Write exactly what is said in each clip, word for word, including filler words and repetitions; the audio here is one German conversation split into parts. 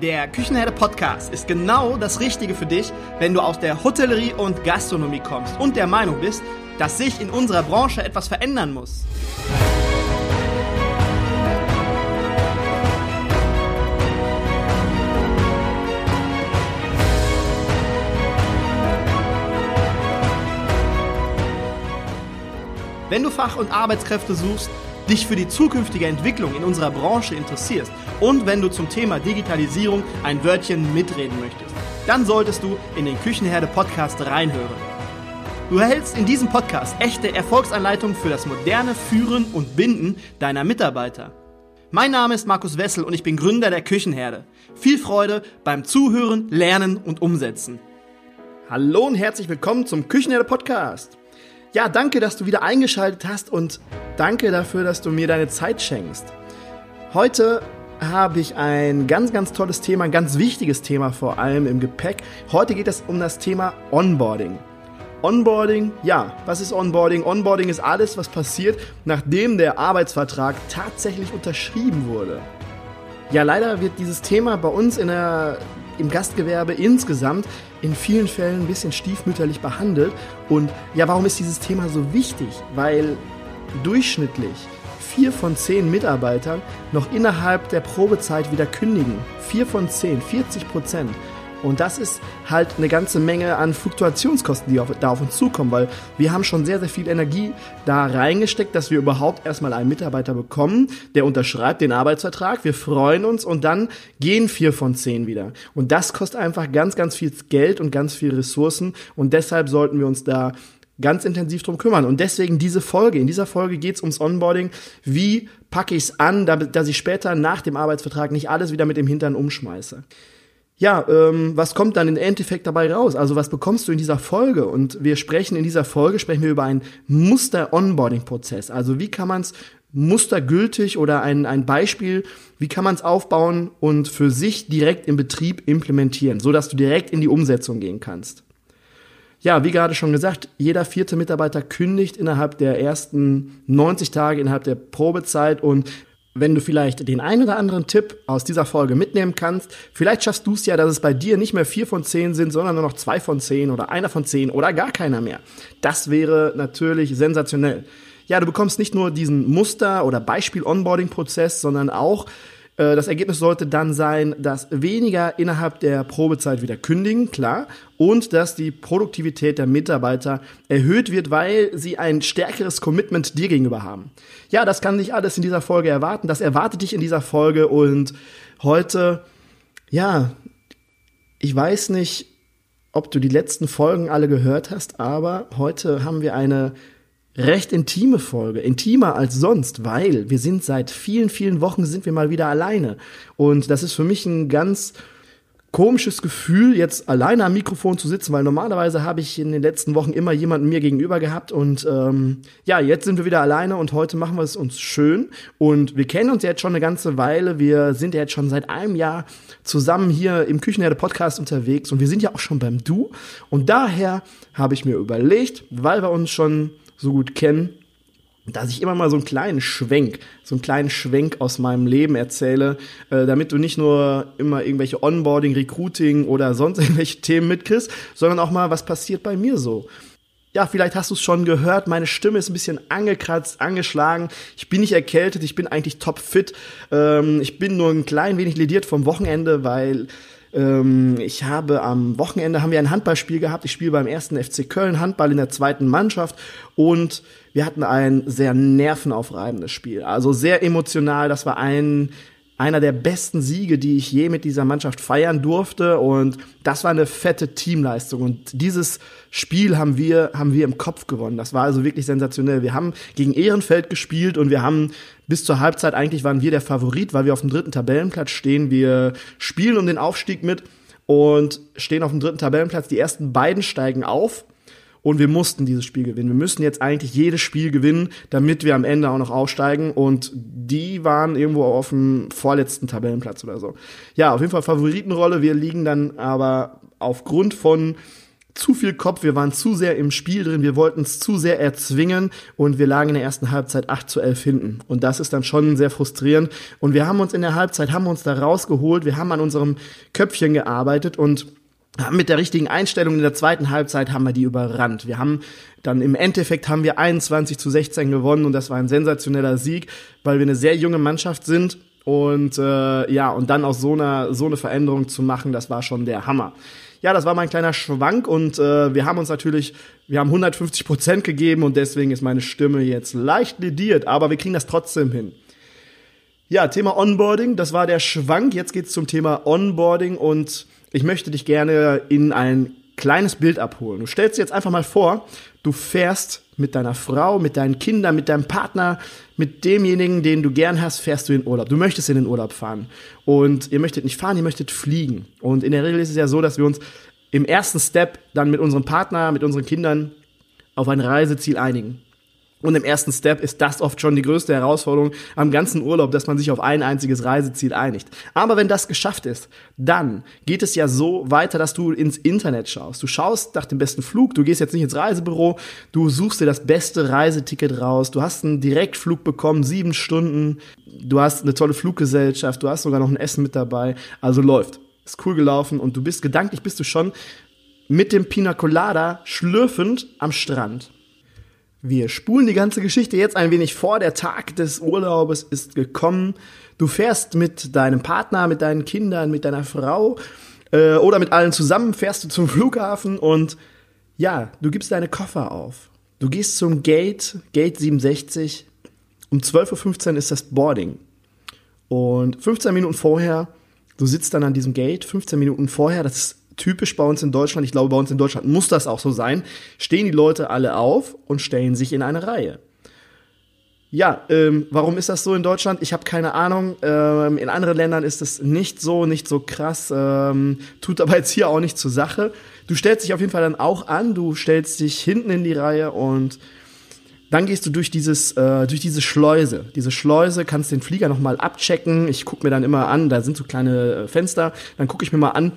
Der Küchenherde Podcast ist genau das Richtige für dich, wenn du aus der Hotellerie und Gastronomie kommst und der Meinung bist, dass sich in unserer Branche etwas verändern muss. Wenn du Fach- und Arbeitskräfte suchst, dich für die zukünftige Entwicklung in unserer Branche interessierst und wenn du zum Thema Digitalisierung ein Wörtchen mitreden möchtest, dann solltest du in den Küchenherde Podcast reinhören. Du erhältst in diesem Podcast echte Erfolgsanleitungen für das moderne Führen und Binden deiner Mitarbeiter. Mein Name ist Markus Wessel und ich bin Gründer der Küchenherde. Viel Freude beim Zuhören, Lernen und Umsetzen. Hallo und herzlich willkommen zum Küchenherde Podcast. Ja, danke, dass du wieder eingeschaltet hast und danke dafür, dass du mir deine Zeit schenkst. Heute habe ich ein ganz, ganz tolles Thema, ein ganz wichtiges Thema vor allem im Gepäck. Heute geht es um das Thema Onboarding. Onboarding, ja, was ist Onboarding? Onboarding ist alles, was passiert, nachdem der Arbeitsvertrag tatsächlich unterschrieben wurde. Ja, leider wird dieses Thema bei uns in der, im Gastgewerbe insgesamt in vielen Fällen ein bisschen stiefmütterlich behandelt. Und ja, warum ist dieses Thema so wichtig? Weil durchschnittlich vier von zehn Mitarbeitern noch innerhalb der Probezeit wieder kündigen. Vier von zehn, vierzig Prozent. Und das ist halt eine ganze Menge an Fluktuationskosten, die auf, da auf uns zukommen, weil wir haben schon sehr, sehr viel Energie da reingesteckt, dass wir überhaupt erstmal einen Mitarbeiter bekommen, der unterschreibt den Arbeitsvertrag, wir freuen uns und dann gehen vier von zehn wieder. Und das kostet einfach ganz, ganz viel Geld und ganz viel Ressourcen und deshalb sollten wir uns da ganz intensiv drum kümmern. Und deswegen diese Folge. In dieser Folge geht es ums Onboarding. Wie packe ich es an, dass ich später nach dem Arbeitsvertrag nicht alles wieder mit dem Hintern umschmeiße. Ja, ähm, was kommt dann im Endeffekt dabei raus? Also was bekommst du in dieser Folge? Und wir sprechen in dieser Folge, sprechen wir über einen Muster-Onboarding-Prozess. Also wie kann man es mustergültig oder ein, ein Beispiel, wie kann man es aufbauen und für sich direkt im Betrieb implementieren, sodass du direkt in die Umsetzung gehen kannst. Ja, wie gerade schon gesagt, jeder vierte Mitarbeiter kündigt innerhalb der ersten neunzig Tage, innerhalb der Probezeit und wenn du vielleicht den einen oder anderen Tipp aus dieser Folge mitnehmen kannst, vielleicht schaffst du es ja, dass es bei dir nicht mehr vier von zehn sind, sondern nur noch zwei von zehn oder einer von zehn oder gar keiner mehr. Das wäre natürlich sensationell. Ja, du bekommst nicht nur diesen Muster- oder Beispiel-Onboarding-Prozess, sondern auch äh, das Ergebnis sollte dann sein, dass weniger innerhalb der Probezeit wieder kündigen, klar, und dass die Produktivität der Mitarbeiter erhöht wird, weil sie ein stärkeres Commitment dir gegenüber haben. Ja, das kann dich alles in dieser Folge erwarten. Das erwartet dich in dieser Folge und heute, ja, ich weiß nicht, ob du die letzten Folgen alle gehört hast, aber heute haben wir eine recht intime Folge, intimer als sonst, weil wir sind seit vielen, vielen Wochen sind wir mal wieder alleine und das ist für mich ein ganz komisches Gefühl, jetzt alleine am Mikrofon zu sitzen, weil normalerweise habe ich in den letzten Wochen immer jemanden mir gegenüber gehabt und ähm, ja, jetzt sind wir wieder alleine und heute machen wir es uns schön und wir kennen uns jetzt schon eine ganze Weile, wir sind ja jetzt schon seit einem Jahr zusammen hier im Küchenherde Podcast unterwegs und wir sind ja auch schon beim Du und daher habe ich mir überlegt, weil wir uns schon so gut kennen, dass ich immer mal so einen kleinen Schwenk, so einen kleinen Schwenk aus meinem Leben erzähle, äh, damit du nicht nur immer irgendwelche Onboarding, Recruiting oder sonst irgendwelche Themen mitkriegst, sondern auch mal, was passiert bei mir so. Ja, vielleicht hast du es schon gehört, meine Stimme ist ein bisschen angekratzt, angeschlagen. Ich bin nicht erkältet, ich bin eigentlich topfit. Ähm, ich bin nur ein klein wenig lediert vom Wochenende, weil ähm, ich habe am Wochenende haben wir ein Handballspiel gehabt. Ich spiele beim ersten F C Köln Handball in der zweiten Mannschaft und wir hatten ein sehr nervenaufreibendes Spiel. Also sehr emotional. Das war ein einer der besten Siege, die ich je mit dieser Mannschaft feiern durfte und das war eine fette Teamleistung und dieses Spiel haben wir haben wir im Kopf gewonnen. Das war also wirklich sensationell. Wir haben gegen Ehrenfeld gespielt und wir haben bis zur Halbzeit eigentlich waren wir der Favorit, weil wir auf dem dritten Tabellenplatz stehen. Wir spielen um den Aufstieg mit und stehen auf dem dritten Tabellenplatz. Die ersten beiden steigen auf. Und wir mussten dieses Spiel gewinnen. Wir müssen jetzt eigentlich jedes Spiel gewinnen, damit wir am Ende auch noch aufsteigen. Und die waren irgendwo auf dem vorletzten Tabellenplatz oder so. Ja, auf jeden Fall Favoritenrolle. Wir liegen dann aber aufgrund von zu viel Kopf, wir waren zu sehr im Spiel drin, wir wollten es zu sehr erzwingen und wir lagen in der ersten Halbzeit acht zu elf hinten. Und das ist dann schon sehr frustrierend. Und wir haben uns in der Halbzeit, haben wir uns da rausgeholt, wir haben an unserem Köpfchen gearbeitet und mit der richtigen Einstellung in der zweiten Halbzeit haben wir die überrannt. Wir haben dann im Endeffekt haben wir einundzwanzig zu sechzehn gewonnen und das war ein sensationeller Sieg, weil wir eine sehr junge Mannschaft sind. Und äh, ja, und dann aus so einer so eine Veränderung zu machen, das war schon der Hammer. Ja, das war mein kleiner Schwank und äh, wir haben uns natürlich, wir haben hundertfünfzig Prozent gegeben und deswegen ist meine Stimme jetzt leicht lediert, aber wir kriegen das trotzdem hin. Ja, Thema Onboarding, das war der Schwank. Jetzt geht's zum Thema Onboarding und ich möchte dich gerne in ein kleines Bild abholen. Du stellst dir jetzt einfach mal vor, du fährst mit deiner Frau, mit deinen Kindern, mit deinem Partner, mit demjenigen, den du gern hast, fährst du in Urlaub. Du möchtest in den Urlaub fahren. Und ihr möchtet nicht fahren, ihr möchtet fliegen. Und in der Regel ist es ja so, dass wir uns im ersten Step dann mit unserem Partner, mit unseren Kindern auf ein Reiseziel einigen. Und im ersten Step ist das oft schon die größte Herausforderung am ganzen Urlaub, dass man sich auf ein einziges Reiseziel einigt. Aber wenn das geschafft ist, dann geht es ja so weiter, dass du ins Internet schaust. Du schaust nach dem besten Flug, du gehst jetzt nicht ins Reisebüro, du suchst dir das beste Reiseticket raus, du hast einen Direktflug bekommen, sieben Stunden, du hast eine tolle Fluggesellschaft, du hast sogar noch ein Essen mit dabei, also läuft. Ist cool gelaufen und du bist gedanklich, bist du schon mit dem Pina Colada schlürfend am Strand. Wir spulen die ganze Geschichte jetzt ein wenig vor. Der Tag des Urlaubes ist gekommen. Du fährst mit deinem Partner, mit deinen Kindern, mit deiner Frau äh, oder mit allen zusammen, fährst du zum Flughafen und ja, du gibst deine Koffer auf. Du gehst zum Gate, Gate siebenundsechzig. Um zwölf Uhr fünfzehn ist das Boarding. Und fünfzehn Minuten vorher, du sitzt dann an diesem Gate, fünfzehn Minuten vorher, das ist typisch bei uns in Deutschland, ich glaube, bei uns in Deutschland muss das auch so sein, stehen die Leute alle auf und stellen sich in eine Reihe. Ja, ähm, warum ist das so in Deutschland? Ich habe keine Ahnung. Ähm, in anderen Ländern ist das nicht so, nicht so krass, ähm, tut aber jetzt hier auch nicht zur Sache. Du stellst dich auf jeden Fall dann auch an, du stellst dich hinten in die Reihe und dann gehst du durch dieses äh, durch diese Schleuse. Diese Schleuse, kannst den Flieger nochmal abchecken. Ich gucke mir dann immer an, da sind so kleine Fenster, dann gucke ich mir mal an,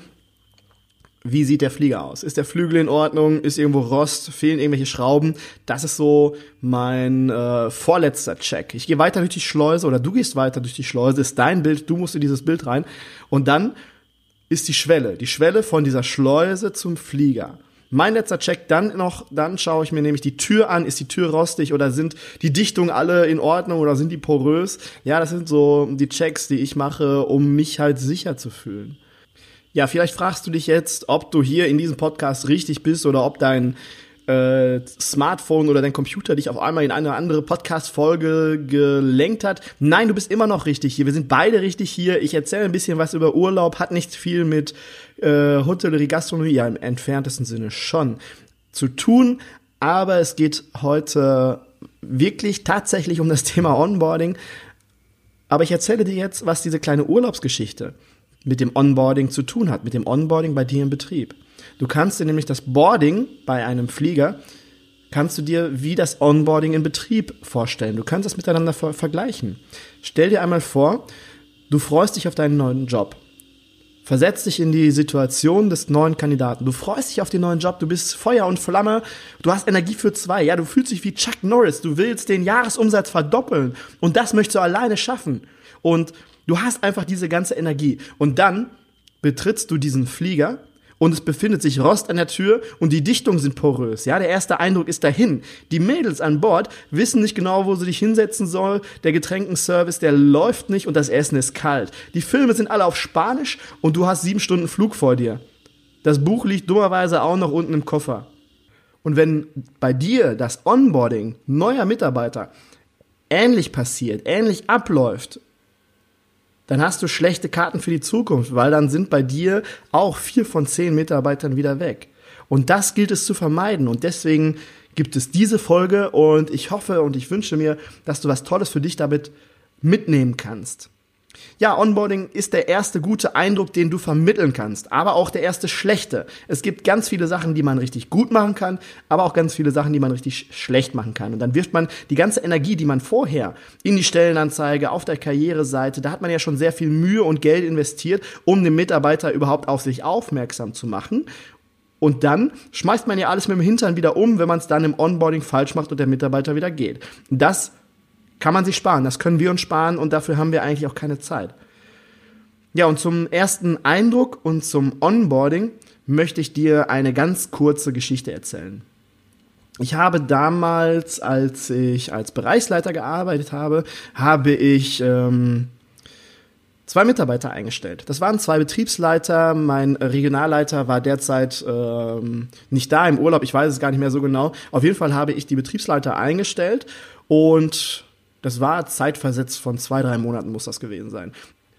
wie sieht der Flieger aus? Ist der Flügel in Ordnung? Ist irgendwo Rost? Fehlen irgendwelche Schrauben? Das ist so mein äh, vorletzter Check. Ich gehe weiter durch die Schleuse oder du gehst weiter durch die Schleuse. Ist dein Bild, du musst in dieses Bild rein. Und dann ist die Schwelle. Die Schwelle von dieser Schleuse zum Flieger. Mein letzter Check dann noch, dann schaue ich mir nämlich die Tür an. Ist die Tür rostig oder sind die Dichtungen alle in Ordnung oder sind die porös? Ja, das sind so die Checks, die ich mache, um mich halt sicher zu fühlen. Ja, vielleicht fragst du dich jetzt, ob du hier in diesem Podcast richtig bist oder ob dein äh, Smartphone oder dein Computer dich auf einmal in eine andere Podcast-Folge gelenkt hat. Nein, du bist immer noch richtig hier. Wir sind beide richtig hier. Ich erzähle ein bisschen was über Urlaub, hat nicht viel mit äh, Hotellerie, Gastronomie, ja im entferntesten Sinne schon zu tun. Aber es geht heute wirklich tatsächlich um das Thema Onboarding. Aber ich erzähle dir jetzt, was diese kleine Urlaubsgeschichte mit dem Onboarding zu tun hat, mit dem Onboarding bei dir im Betrieb. Du kannst dir nämlich das Boarding bei einem Flieger, kannst du dir wie das Onboarding im Betrieb vorstellen. Du kannst das miteinander ver- vergleichen. Stell dir einmal vor, du freust dich auf deinen neuen Job. Versetz dich in die Situation des neuen Kandidaten. Du freust dich auf den neuen Job, du bist Feuer und Flamme, du hast Energie für zwei. Ja, du fühlst dich wie Chuck Norris, du willst den Jahresumsatz verdoppeln und das möchtest du alleine schaffen. Und du hast einfach diese ganze Energie. Und dann betrittst du diesen Flieger und es befindet sich Rost an der Tür und die Dichtungen sind porös. Ja, der erste Eindruck ist dahin. Die Mädels an Bord wissen nicht genau, wo sie dich hinsetzen soll. Der Getränkenservice, der läuft nicht und das Essen ist kalt. Die Filme sind alle auf Spanisch und du hast sieben Stunden Flug vor dir. Das Buch liegt dummerweise auch noch unten im Koffer. Und wenn bei dir das Onboarding neuer Mitarbeiter ähnlich passiert, ähnlich abläuft, dann hast du schlechte Karten für die Zukunft, weil dann sind bei dir auch vier von zehn Mitarbeitern wieder weg. Und das gilt es zu vermeiden. Und deswegen gibt es diese Folge und ich hoffe und ich wünsche mir, dass du was Tolles für dich damit mitnehmen kannst. Ja, Onboarding ist der erste gute Eindruck, den du vermitteln kannst, aber auch der erste schlechte. Es gibt ganz viele Sachen, die man richtig gut machen kann, aber auch ganz viele Sachen, die man richtig schlecht machen kann. Und dann wirft man die ganze Energie, die man vorher in die Stellenanzeige, auf der Karriereseite, da hat man ja schon sehr viel Mühe und Geld investiert, um den Mitarbeiter überhaupt auf sich aufmerksam zu machen. Und dann schmeißt man ja alles mit dem Hintern wieder um, wenn man es dann im Onboarding falsch macht und der Mitarbeiter wieder geht. Das kann man sich sparen, das können wir uns sparen und dafür haben wir eigentlich auch keine Zeit. Ja, und zum ersten Eindruck und zum Onboarding möchte ich dir eine ganz kurze Geschichte erzählen. Ich habe damals, als ich als Bereichsleiter gearbeitet habe, habe ich ähm, zwei Mitarbeiter eingestellt. Das waren zwei Betriebsleiter. Mein Regionalleiter war derzeit ähm, nicht da, im Urlaub. Ich weiß es gar nicht mehr so genau. Auf jeden Fall habe ich die Betriebsleiter eingestellt und das war zeitversetzt von zwei, drei Monaten muss das gewesen sein.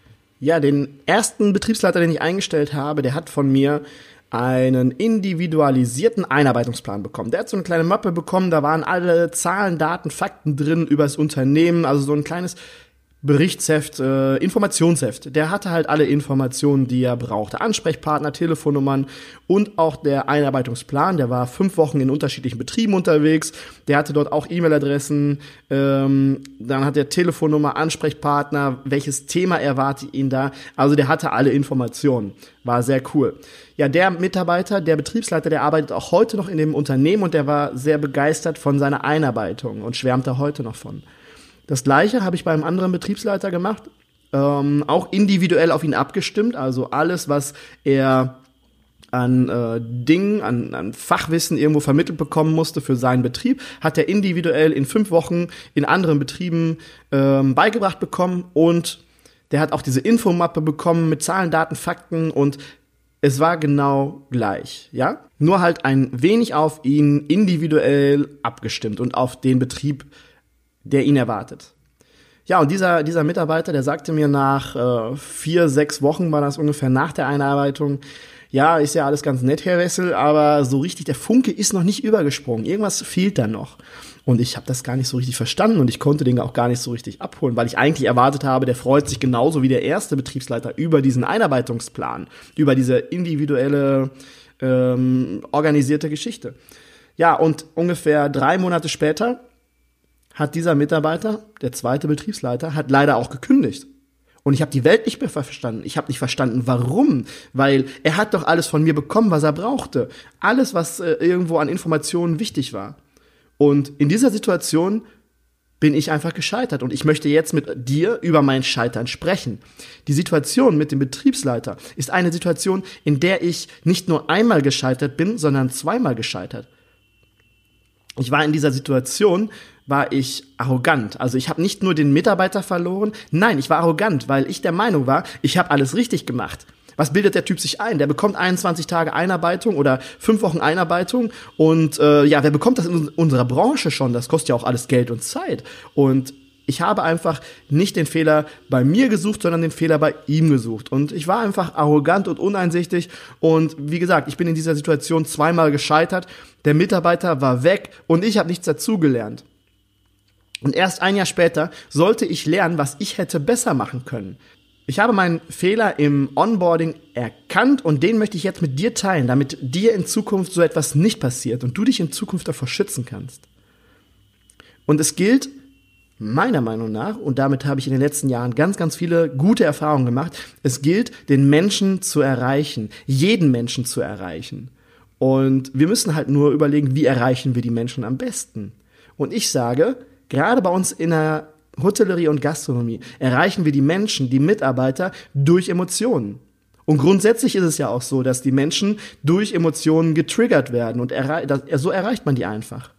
Ja, den ersten Betriebsleiter, den ich eingestellt habe, der hat von mir einen individualisierten Einarbeitungsplan bekommen. Der hat so eine kleine Mappe bekommen, da waren alle Zahlen, Daten, Fakten drin über das Unternehmen, also so ein kleines Berichtsheft, äh, Informationsheft. Der hatte halt alle Informationen, die er brauchte. Ansprechpartner, Telefonnummern und auch der Einarbeitungsplan. Der war fünf Wochen in unterschiedlichen Betrieben unterwegs. Der hatte dort auch E-Mail-Adressen. Ähm, dann hat er Telefonnummer, Ansprechpartner, welches Thema erwartet ihn da. Also der hatte alle Informationen. War sehr cool. Ja, der Mitarbeiter, der Betriebsleiter, der arbeitet auch heute noch in dem Unternehmen und der war sehr begeistert von seiner Einarbeitung und schwärmt da heute noch von. Das Gleiche habe ich bei einem anderen Betriebsleiter gemacht, ähm, auch individuell auf ihn abgestimmt, also alles, was er an äh, Dingen, an, an Fachwissen irgendwo vermittelt bekommen musste für seinen Betrieb, hat er individuell in fünf Wochen in anderen Betrieben ähm, beigebracht bekommen und der hat auch diese Infomappe bekommen mit Zahlen, Daten, Fakten und es war genau gleich, ja, nur halt ein wenig auf ihn individuell abgestimmt und auf den Betrieb, der ihn erwartet. Ja, und dieser dieser Mitarbeiter, der sagte mir nach äh, vier, sechs Wochen, war das ungefähr nach der Einarbeitung, ja, ist ja alles ganz nett, Herr Wessel, aber so richtig, der Funke ist noch nicht übergesprungen. Irgendwas fehlt da noch. Und ich habe das gar nicht so richtig verstanden und ich konnte den auch gar nicht so richtig abholen, weil ich eigentlich erwartet habe, der freut sich genauso wie der erste Betriebsleiter über diesen Einarbeitungsplan, über diese individuelle, ähm, organisierte Geschichte. Ja, und ungefähr drei Monate später hat dieser Mitarbeiter, der zweite Betriebsleiter, hat leider auch gekündigt. Und ich habe die Welt nicht mehr verstanden. Ich habe nicht verstanden, warum. Weil er hat doch alles von mir bekommen, was er brauchte. Alles, was äh, irgendwo an Informationen wichtig war. Und in dieser Situation bin ich einfach gescheitert. Und ich möchte jetzt mit dir über mein Scheitern sprechen. Die Situation mit dem Betriebsleiter ist eine Situation, in der ich nicht nur einmal gescheitert bin, sondern zweimal gescheitert. Ich war in dieser Situation, war ich arrogant. Also ich habe nicht nur den Mitarbeiter verloren, nein, ich war arrogant, weil ich der Meinung war, ich habe alles richtig gemacht. Was bildet der Typ sich ein? Der bekommt einundzwanzig Tage Einarbeitung oder fünf Wochen Einarbeitung und äh, ja, wer bekommt das in unserer Branche schon? Das kostet ja auch alles Geld und Zeit. Und ich habe einfach nicht den Fehler bei mir gesucht, sondern den Fehler bei ihm gesucht. Und ich war einfach arrogant und uneinsichtig. Und wie gesagt, ich bin in dieser Situation zweimal gescheitert. Der Mitarbeiter war weg und ich habe nichts dazugelernt. Und erst ein Jahr später sollte ich lernen, was ich hätte besser machen können. Ich habe meinen Fehler im Onboarding erkannt und den möchte ich jetzt mit dir teilen, damit dir in Zukunft so etwas nicht passiert und du dich in Zukunft davor schützen kannst. Und es gilt, meiner Meinung nach, und damit habe ich in den letzten Jahren ganz, ganz viele gute Erfahrungen gemacht, es gilt, den Menschen zu erreichen, jeden Menschen zu erreichen. Und wir müssen halt nur überlegen, wie erreichen wir die Menschen am besten. Und ich sage, gerade bei uns in der Hotellerie und Gastronomie erreichen wir die Menschen, die Mitarbeiter durch Emotionen. Und grundsätzlich ist es ja auch so, dass die Menschen durch Emotionen getriggert werden und errei- das, so erreicht man die einfach.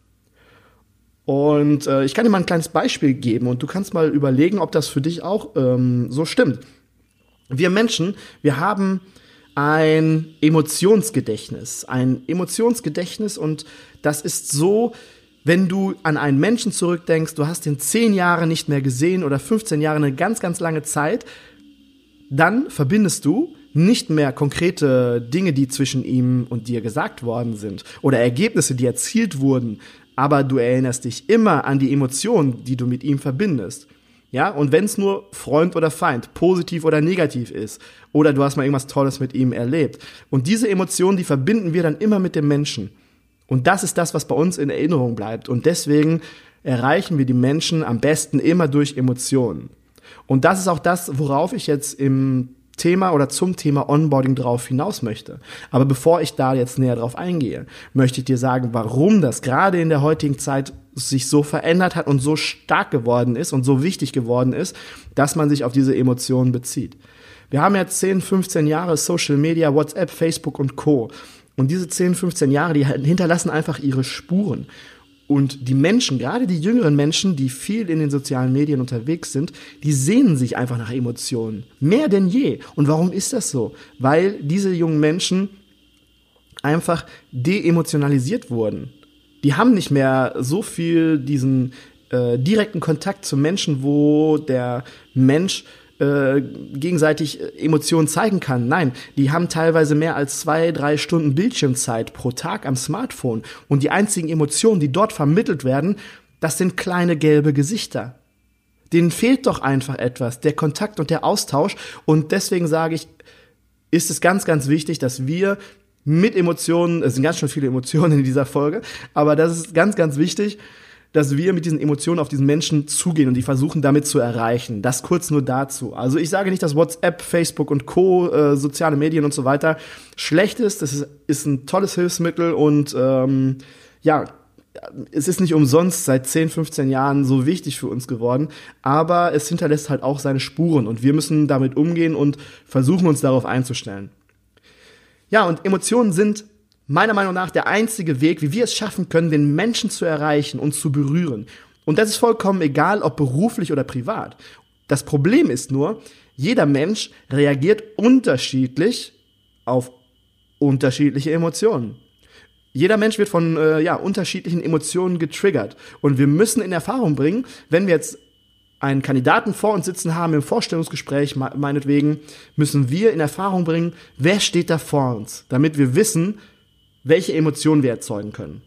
Und äh, ich kann dir mal ein kleines Beispiel geben und du kannst mal überlegen, ob das für dich auch ähm, so stimmt. Wir Menschen, wir haben ein Emotionsgedächtnis, ein Emotionsgedächtnis und das ist so, wenn du an einen Menschen zurückdenkst, du hast ihn zehn Jahre nicht mehr gesehen oder fünfzehn Jahre, eine ganz, ganz lange Zeit, dann verbindest du nicht mehr konkrete Dinge, die zwischen ihm und dir gesagt worden sind oder Ergebnisse, die erzielt wurden, aber du erinnerst dich immer an die Emotionen, die du mit ihm verbindest. Ja, und wenn es nur Freund oder Feind, positiv oder negativ ist, oder du hast mal irgendwas Tolles mit ihm erlebt. Und diese Emotionen, die verbinden wir dann immer mit dem Menschen. Und das ist das, was bei uns in Erinnerung bleibt. Und deswegen erreichen wir die Menschen am besten immer durch Emotionen. Und das ist auch das, worauf ich jetzt im Thema oder zum Thema Onboarding drauf hinaus möchte. Aber bevor ich da jetzt näher drauf eingehe, möchte ich dir sagen, warum das gerade in der heutigen Zeit sich so verändert hat und so stark geworden ist und so wichtig geworden ist, dass man sich auf diese Emotionen bezieht. Wir haben jetzt zehn, fünfzehn Jahre Social Media, WhatsApp, Facebook und Co. Und diese zehn, fünfzehn Jahre, die hinterlassen einfach ihre Spuren. Und die Menschen, gerade die jüngeren Menschen, die viel in den sozialen Medien unterwegs sind, die sehnen sich einfach nach Emotionen. Mehr denn je. Und warum ist das so? Weil diese jungen Menschen einfach deemotionalisiert wurden. Die haben nicht mehr so viel diesen äh, direkten Kontakt zu Menschen, wo der Mensch äh, gegenseitig Emotionen zeigen kann. Nein, die haben teilweise mehr als zwei, drei Stunden Bildschirmzeit pro Tag am Smartphone. Und die einzigen Emotionen, die dort vermittelt werden, das sind kleine gelbe Gesichter. Denen fehlt doch einfach etwas, der Kontakt und der Austausch. Und deswegen sage ich, ist es ganz, ganz wichtig, dass wir mit Emotionen, es sind ganz schön viele Emotionen in dieser Folge, aber das ist ganz, ganz wichtig, dass wir mit diesen Emotionen auf diesen Menschen zugehen und die versuchen damit zu erreichen. Das kurz nur dazu. Also ich sage nicht, dass WhatsApp, Facebook und Co., äh, soziale Medien und so weiter schlecht ist. Das ist, ist ein tolles Hilfsmittel und ähm, ja, es ist nicht umsonst seit zehn, fünfzehn Jahren so wichtig für uns geworden, aber es hinterlässt halt auch seine Spuren und wir müssen damit umgehen und versuchen uns darauf einzustellen. Ja, und Emotionen sind meiner Meinung nach der einzige Weg, wie wir es schaffen können, den Menschen zu erreichen und zu berühren. Und das ist vollkommen egal, ob beruflich oder privat. Das Problem ist nur, jeder Mensch reagiert unterschiedlich auf unterschiedliche Emotionen. Jeder Mensch wird von äh, ja, unterschiedlichen Emotionen getriggert. Und wir müssen in Erfahrung bringen, wenn wir jetzt einen Kandidaten vor uns sitzen haben im Vorstellungsgespräch, meinetwegen, müssen wir in Erfahrung bringen, wer steht da vor uns, damit wir wissen, welche Emotionen wir erzeugen können.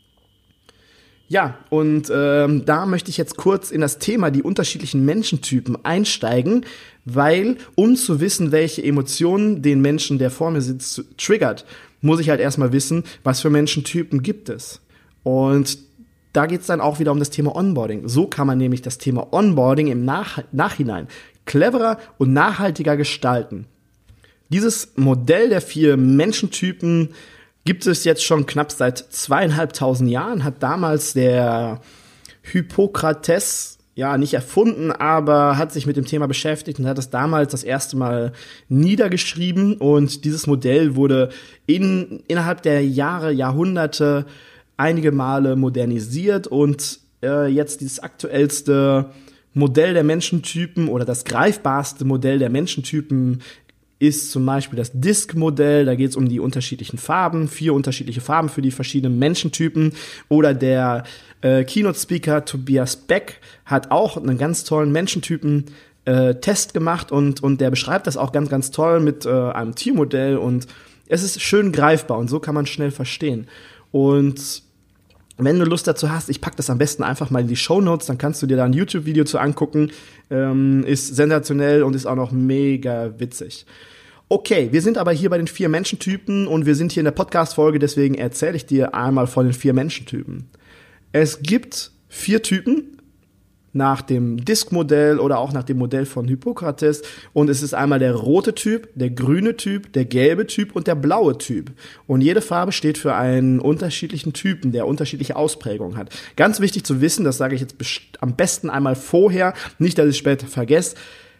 Ja, und ähm, da möchte ich jetzt kurz in das Thema die unterschiedlichen Menschentypen einsteigen, weil um zu wissen, welche Emotionen den Menschen, der vor mir sitzt, triggert, muss ich halt erstmal wissen, was für Menschentypen gibt es. Und da geht es dann auch wieder um das Thema Onboarding. So kann man nämlich das Thema Onboarding im Nach- Nachhinein cleverer und nachhaltiger gestalten. Dieses Modell der vier Menschentypen gibt es jetzt schon knapp seit zweieinhalbtausend Jahren, hat damals der Hippokrates, ja, nicht erfunden, aber hat sich mit dem Thema beschäftigt und hat es damals das erste Mal niedergeschrieben. Und dieses Modell wurde in, innerhalb der Jahre, Jahrhunderte einige Male modernisiert und äh, jetzt dieses aktuellste Modell der Menschentypen oder das greifbarste Modell der Menschentypen ist zum Beispiel das D I S C-Modell. Da geht es um die unterschiedlichen Farben, vier unterschiedliche Farben für die verschiedenen Menschentypen. Oder der äh, Keynote-Speaker Tobias Beck hat auch einen ganz tollen Menschentypen-Test äh, gemacht und, und der beschreibt das auch ganz, ganz toll mit äh, einem Tiermodell und es ist schön greifbar und so kann man schnell verstehen. Und wenn du Lust dazu hast, ich packe das am besten einfach mal in die Shownotes, dann kannst du dir da ein YouTube-Video zu angucken. Ähm, ist sensationell und ist auch noch mega witzig. Okay, wir sind aber hier bei den vier Menschentypen und wir sind hier in der Podcast-Folge, deswegen erzähle ich dir einmal von den vier Menschentypen. Es gibt vier Typen nach dem D I S C-Modell oder auch nach dem Modell von Hippokrates. Und es ist einmal der rote Typ, der grüne Typ, der gelbe Typ und der blaue Typ. Und jede Farbe steht für einen unterschiedlichen Typen, der unterschiedliche Ausprägungen hat. Ganz wichtig zu wissen, das sage ich jetzt am besten einmal vorher, nicht, dass ich es später vergesse,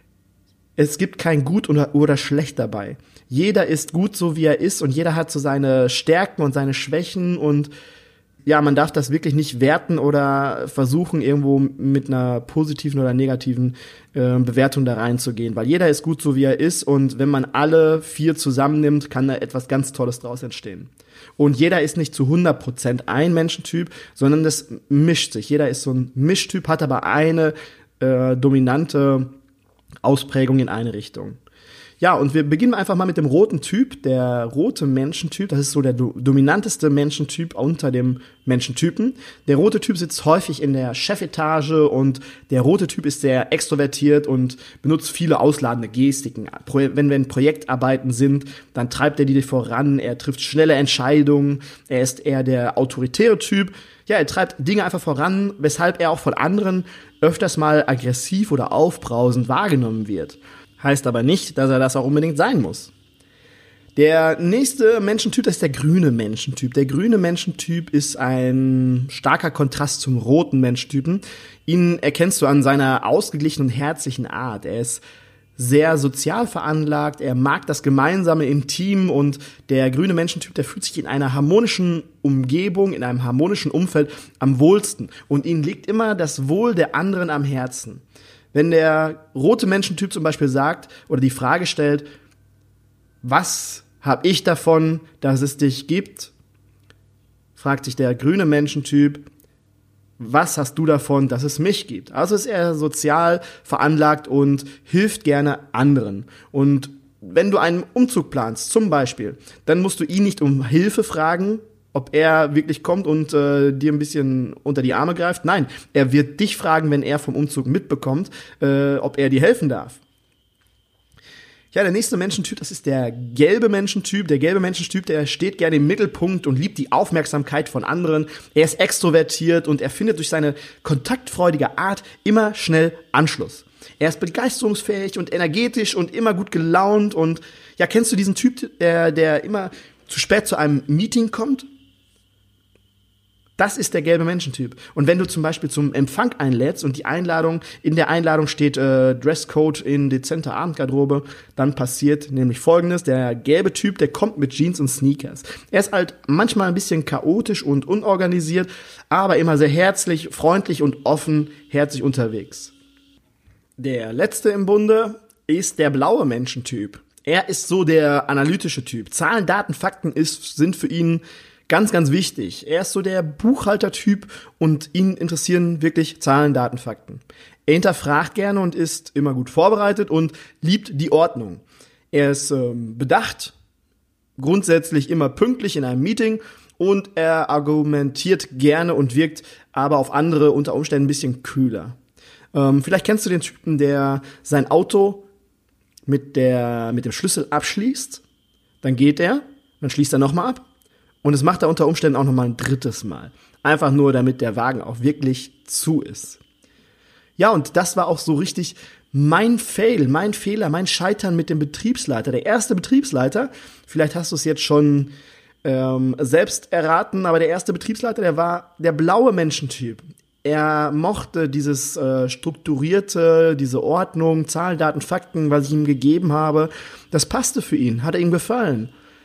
es gibt kein Gut oder, oder Schlecht dabei. Jeder ist gut, so wie er ist und jeder hat so seine Stärken und seine Schwächen und ja, man darf das wirklich nicht werten oder versuchen, irgendwo mit einer positiven oder negativen äh, Bewertung da reinzugehen. Weil jeder ist gut, so wie er ist. Und wenn man alle vier zusammennimmt, kann da etwas ganz Tolles draus entstehen. Und jeder ist nicht zu hundert Prozent ein Menschentyp, sondern das mischt sich. Jeder ist so ein Mischtyp, hat aber eine äh, dominante Ausprägung in eine Richtung. Ja, und wir beginnen einfach mal mit dem roten Typ, der rote Menschentyp. Das ist so der do- dominanteste Menschentyp unter dem Menschentypen. Der rote Typ sitzt häufig in der Chefetage und der rote Typ ist sehr extrovertiert und benutzt viele ausladende Gestiken. Pro- wenn wir in Projektarbeiten sind, dann treibt er die voran, er trifft schnelle Entscheidungen, er ist eher der autoritäre Typ. Ja, er treibt Dinge einfach voran, weshalb er auch von anderen öfters mal aggressiv oder aufbrausend wahrgenommen wird. Heißt aber nicht, dass er das auch unbedingt sein muss. Der nächste Menschentyp, das ist der grüne Menschentyp. Der grüne Menschentyp ist ein starker Kontrast zum roten Menschentypen. Ihn erkennst du an seiner ausgeglichenen und herzlichen Art. Er ist sehr sozial veranlagt, er mag das Gemeinsame im Team und der grüne Menschentyp, der fühlt sich in einer harmonischen Umgebung, in einem harmonischen Umfeld am wohlsten. Und ihm liegt immer das Wohl der anderen am Herzen. Wenn der rote Menschentyp zum Beispiel sagt oder die Frage stellt, was habe ich davon, dass es dich gibt? Fragt sich der grüne Menschentyp, was hast du davon, dass es mich gibt? Also ist er sozial veranlagt und hilft gerne anderen. Und wenn du einen Umzug planst, zum Beispiel, dann musst du ihn nicht um Hilfe fragen, ob er wirklich kommt und äh, dir ein bisschen unter die Arme greift. Nein, er wird dich fragen, wenn er vom Umzug mitbekommt, äh, ob er dir helfen darf. Ja, der nächste Menschentyp, das ist der gelbe Menschentyp. Der gelbe Menschentyp, der steht gerne im Mittelpunkt und liebt die Aufmerksamkeit von anderen. Er ist extrovertiert und er findet durch seine kontaktfreudige Art immer schnell Anschluss. Er ist begeisterungsfähig und energetisch und immer gut gelaunt. Und ja, kennst du diesen Typ, der, der immer zu spät zu einem Meeting kommt? Das ist der gelbe Menschentyp. Und wenn du zum Beispiel zum Empfang einlädst und die Einladung, in der Einladung steht äh, Dresscode in dezenter Abendgarderobe, dann passiert nämlich Folgendes. Der gelbe Typ, der kommt mit Jeans und Sneakers. Er ist halt manchmal ein bisschen chaotisch und unorganisiert, aber immer sehr herzlich, freundlich und offenherzig unterwegs. Der letzte im Bunde ist der blaue Menschentyp. Er ist so der analytische Typ. Zahlen, Daten, Fakten ist, sind für ihn ganz, ganz wichtig. Er ist so der Buchhaltertyp und ihn interessieren wirklich Zahlen, Daten, Fakten. Er hinterfragt gerne und ist immer gut vorbereitet und liebt die Ordnung. Er ist ähm, bedacht, grundsätzlich immer pünktlich in einem Meeting und er argumentiert gerne und wirkt aber auf andere unter Umständen ein bisschen kühler. Ähm, vielleicht kennst du den Typen, der sein Auto mit der mit dem Schlüssel abschließt, dann geht er, dann schließt er nochmal ab. Und es macht er unter Umständen auch noch mal ein drittes Mal. Einfach nur, damit der Wagen auch wirklich zu ist. Ja, und das war auch so richtig mein Fail, mein Fehler, mein Scheitern mit dem Betriebsleiter. Der erste Betriebsleiter, vielleicht hast du es jetzt schon ähm, selbst erraten, aber der erste Betriebsleiter, der war der blaue Menschentyp. Er mochte dieses äh, strukturierte, diese Ordnung, Zahlen, Daten, Fakten, was ich ihm gegeben habe. Das passte für ihn, hat er ihm gefallen.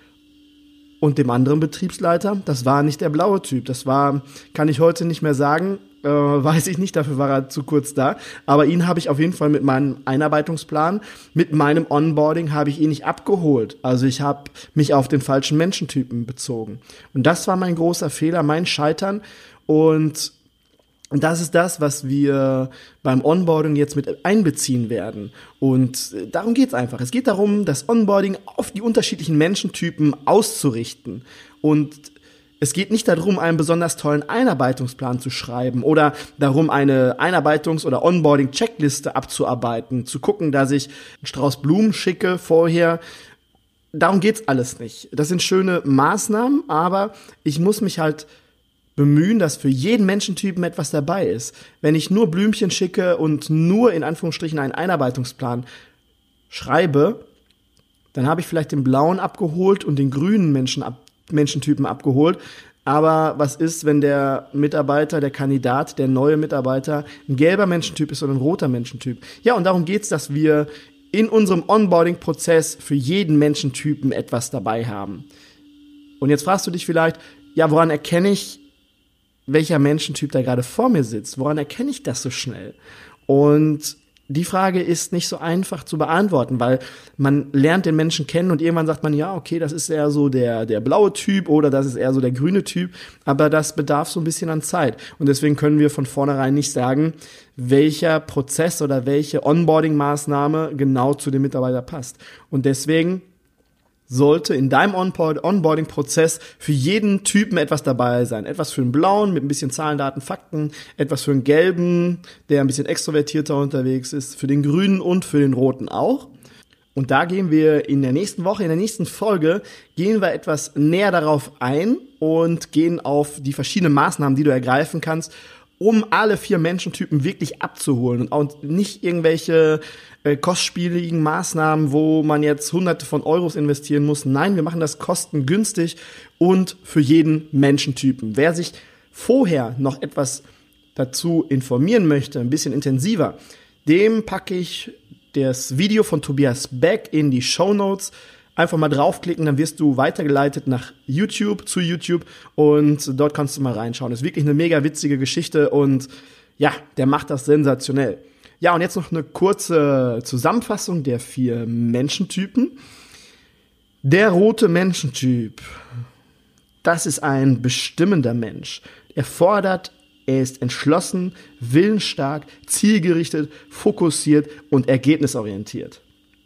Und dem anderen Betriebsleiter, das war nicht der blaue Typ. Das war, kann ich heute nicht mehr sagen, äh, weiß ich nicht, dafür war er zu kurz da. Aber ihn habe ich auf jeden Fall mit meinem Einarbeitungsplan, mit meinem Onboarding habe ich ihn nicht abgeholt. Also ich habe mich auf den falschen Menschentypen bezogen. Und das war mein großer Fehler, mein Scheitern. Und Und das ist das, was wir beim Onboarding jetzt mit einbeziehen werden. Und darum geht's einfach. Es geht darum, das Onboarding auf die unterschiedlichen Menschentypen auszurichten. Und es geht nicht darum, einen besonders tollen Einarbeitungsplan zu schreiben oder darum, eine Einarbeitungs- oder Onboarding-Checkliste abzuarbeiten, zu gucken, dass ich einen Strauß Blumen schicke vorher. Darum geht's alles nicht. Das sind schöne Maßnahmen, aber ich muss mich halt bemühen, dass für jeden Menschentypen etwas dabei ist. Wenn ich nur Blümchen schicke und nur in Anführungsstrichen einen Einarbeitungsplan schreibe, dann habe ich vielleicht den blauen abgeholt und den grünen Menschen ab, Menschentypen abgeholt. Aber was ist, wenn der Mitarbeiter, der Kandidat, der neue Mitarbeiter ein gelber Menschentyp ist oder ein roter Menschentyp? Ja, und darum geht's, dass wir in unserem Onboarding-Prozess für jeden Menschentypen etwas dabei haben. Und jetzt fragst du dich vielleicht, ja, woran erkenne ich, welcher Menschentyp da gerade vor mir sitzt? Woran erkenne ich das so schnell? Und die Frage ist nicht so einfach zu beantworten, weil man lernt den Menschen kennen und irgendwann sagt man, ja, okay, das ist eher so der, der blaue Typ oder das ist eher so der grüne Typ, aber das bedarf so ein bisschen an Zeit. Und deswegen können wir von vornherein nicht sagen, welcher Prozess oder welche Onboarding-Maßnahme genau zu dem Mitarbeiter passt. Und deswegen sollte in deinem Onboarding-Prozess für jeden Typen etwas dabei sein. Etwas für einen blauen mit ein bisschen Zahlen, Daten, Fakten, etwas für einen gelben, der ein bisschen extrovertierter unterwegs ist, für den grünen und für den roten auch. Und da gehen wir in der nächsten Woche, in der nächsten Folge, gehen wir etwas näher darauf ein und gehen auf die verschiedenen Maßnahmen, die du ergreifen kannst, um alle vier Menschentypen wirklich abzuholen und auch nicht irgendwelche äh, kostspieligen Maßnahmen, wo man jetzt hunderte von Euros investieren muss. Nein, wir machen das kostengünstig und für jeden Menschentypen. Wer sich vorher noch etwas dazu informieren möchte, ein bisschen intensiver, dem packe ich das Video von Tobias Beck in die Shownotes. Einfach mal draufklicken, dann wirst du weitergeleitet nach YouTube, zu YouTube und dort kannst du mal reinschauen. Das ist wirklich eine mega witzige Geschichte und ja, der macht das sensationell. Ja, und jetzt noch eine kurze Zusammenfassung der vier Menschentypen. Der rote Menschentyp, das ist ein bestimmender Mensch. Er fordert, er ist entschlossen, willensstark, zielgerichtet, fokussiert und ergebnisorientiert.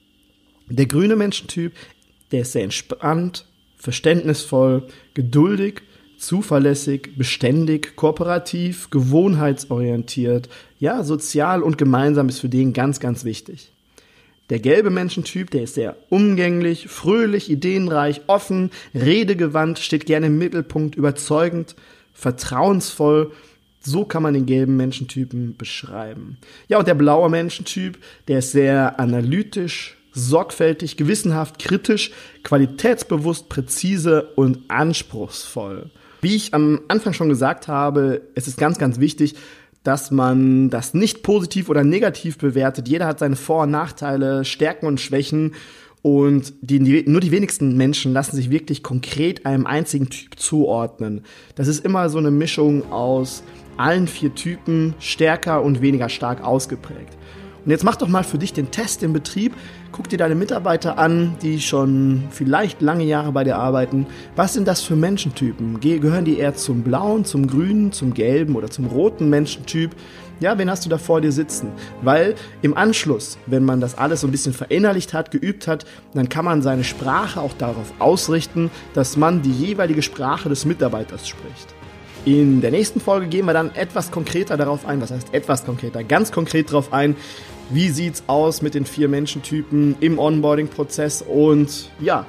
Der grüne Menschentyp, der ist sehr entspannt, verständnisvoll, geduldig, zuverlässig, beständig, kooperativ, gewohnheitsorientiert, ja, sozial und gemeinsam ist für den ganz, ganz wichtig. Der gelbe Menschentyp, der ist sehr umgänglich, fröhlich, ideenreich, offen, redegewandt, steht gerne im Mittelpunkt, überzeugend, vertrauensvoll. So kann man den gelben Menschentypen beschreiben. Ja, und der blaue Menschentyp, der ist sehr analytisch, sorgfältig, gewissenhaft, kritisch, qualitätsbewusst, präzise und anspruchsvoll. Wie ich am Anfang schon gesagt habe, es ist ganz, ganz wichtig, dass man das nicht positiv oder negativ bewertet. Jeder hat seine Vor- und Nachteile, Stärken und Schwächen und die, die, nur die wenigsten Menschen lassen sich wirklich konkret einem einzigen Typ zuordnen. Das ist immer so eine Mischung aus allen vier Typen, stärker und weniger stark ausgeprägt. Und jetzt mach doch mal für dich den Test im Betrieb. Guck dir deine Mitarbeiter an, die schon vielleicht lange Jahre bei dir arbeiten. Was sind das für Menschentypen? Gehören die eher zum blauen, zum grünen, zum gelben oder zum roten Menschentyp? Ja, wen hast du da vor dir sitzen? Weil im Anschluss, wenn man das alles so ein bisschen verinnerlicht hat, geübt hat, dann kann man seine Sprache auch darauf ausrichten, dass man die jeweilige Sprache des Mitarbeiters spricht. In der nächsten Folge gehen wir dann etwas konkreter darauf ein. Was heißt etwas konkreter? Ganz konkret darauf ein, wie sieht's aus mit den vier Menschentypen im Onboarding-Prozess und ja,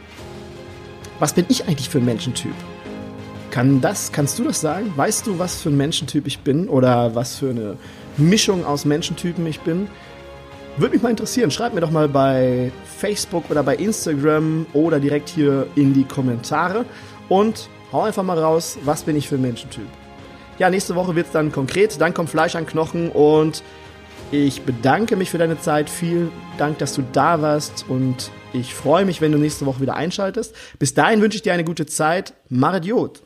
was bin ich eigentlich für ein Menschentyp? Kann das, kannst du das sagen? Weißt du, was für ein Menschentyp ich bin oder was für eine Mischung aus Menschentypen ich bin? Würde mich mal interessieren. Schreib mir doch mal bei Facebook oder bei Instagram oder direkt hier in die Kommentare und hau einfach mal raus, was bin ich für ein Menschentyp. Ja, nächste Woche wird's dann konkret, dann kommt Fleisch an Knochen und ich bedanke mich für deine Zeit. Vielen Dank, dass du da warst und ich freue mich, wenn du nächste Woche wieder einschaltest. Bis dahin wünsche ich dir eine gute Zeit. Maret Jod.